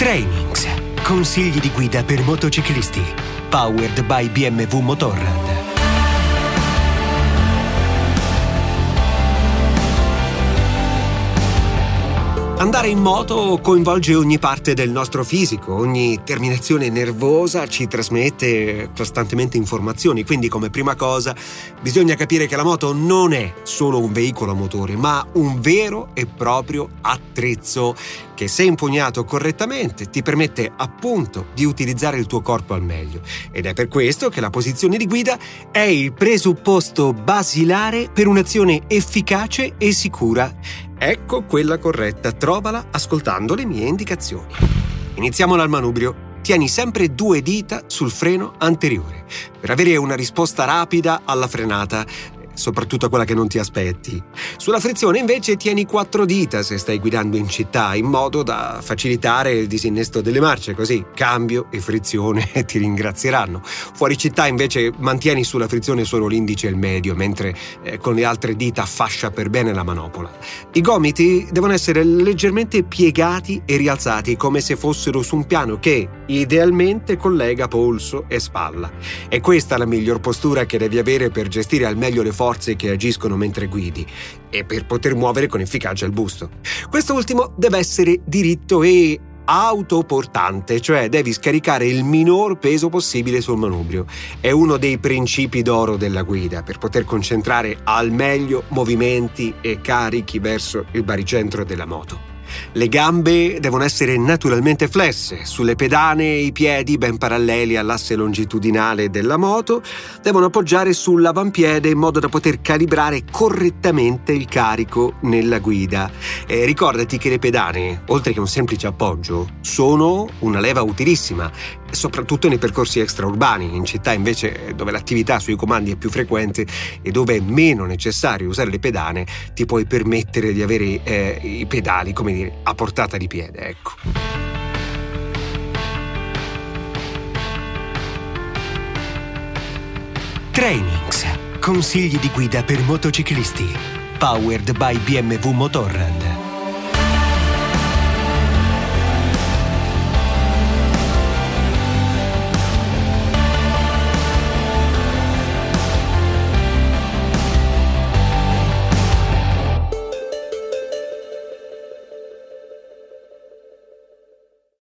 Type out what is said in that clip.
Trainings. Consigli di guida per motociclisti. Powered by BMW Motorrad. Andare in moto coinvolge ogni parte del nostro fisico, ogni terminazione nervosa ci trasmette costantemente informazioni, quindi come prima cosa bisogna capire che la moto non è solo un veicolo a motore, ma un vero e proprio attrezzo che, se impugnato correttamente, ti permette appunto di utilizzare il tuo corpo al meglio. Ed è per questo che la posizione di guida è il presupposto basilare per un'azione efficace e sicura. Ecco quella corretta, trovala ascoltando le mie indicazioni. Iniziamo dal manubrio. Tieni sempre 2 dita sul freno anteriore per avere una risposta rapida alla frenata, soprattutto quella che non ti aspetti. Sulla frizione invece tieni 4 dita se stai guidando in città, in modo da facilitare il disinnesto delle marce, così cambio e frizione ti ringrazieranno. Fuori città invece mantieni sulla frizione solo l'indice e il medio, mentre con le altre dita fascia per bene la manopola. I gomiti devono essere leggermente piegati e rialzati, come se fossero su un piano che idealmente collega polso e spalla. È questa la miglior postura che devi avere per gestire al meglio le forze che agiscono mentre guidi e per poter muovere con efficacia il busto. Questo ultimo deve essere diritto e autoportante, cioè devi scaricare il minor peso possibile sul manubrio. È uno dei principi d'oro della guida per poter concentrare al meglio movimenti e carichi verso il baricentro della moto. Le gambe devono essere naturalmente flesse, sulle pedane i piedi ben paralleli all'asse longitudinale della moto devono appoggiare sull'avampiede in modo da poter calibrare correttamente il carico nella guida. Ricordati che le pedane, oltre che un semplice appoggio, sono una leva utilissima, soprattutto nei percorsi extraurbani. In città invece, dove l'attività sui comandi è più frequente e dove è meno necessario usare le pedane, ti puoi permettere di avere i pedali, come dire, a portata di piede, ecco. Trainings. Consigli di guida per motociclisti. Powered by BMW Motorrad.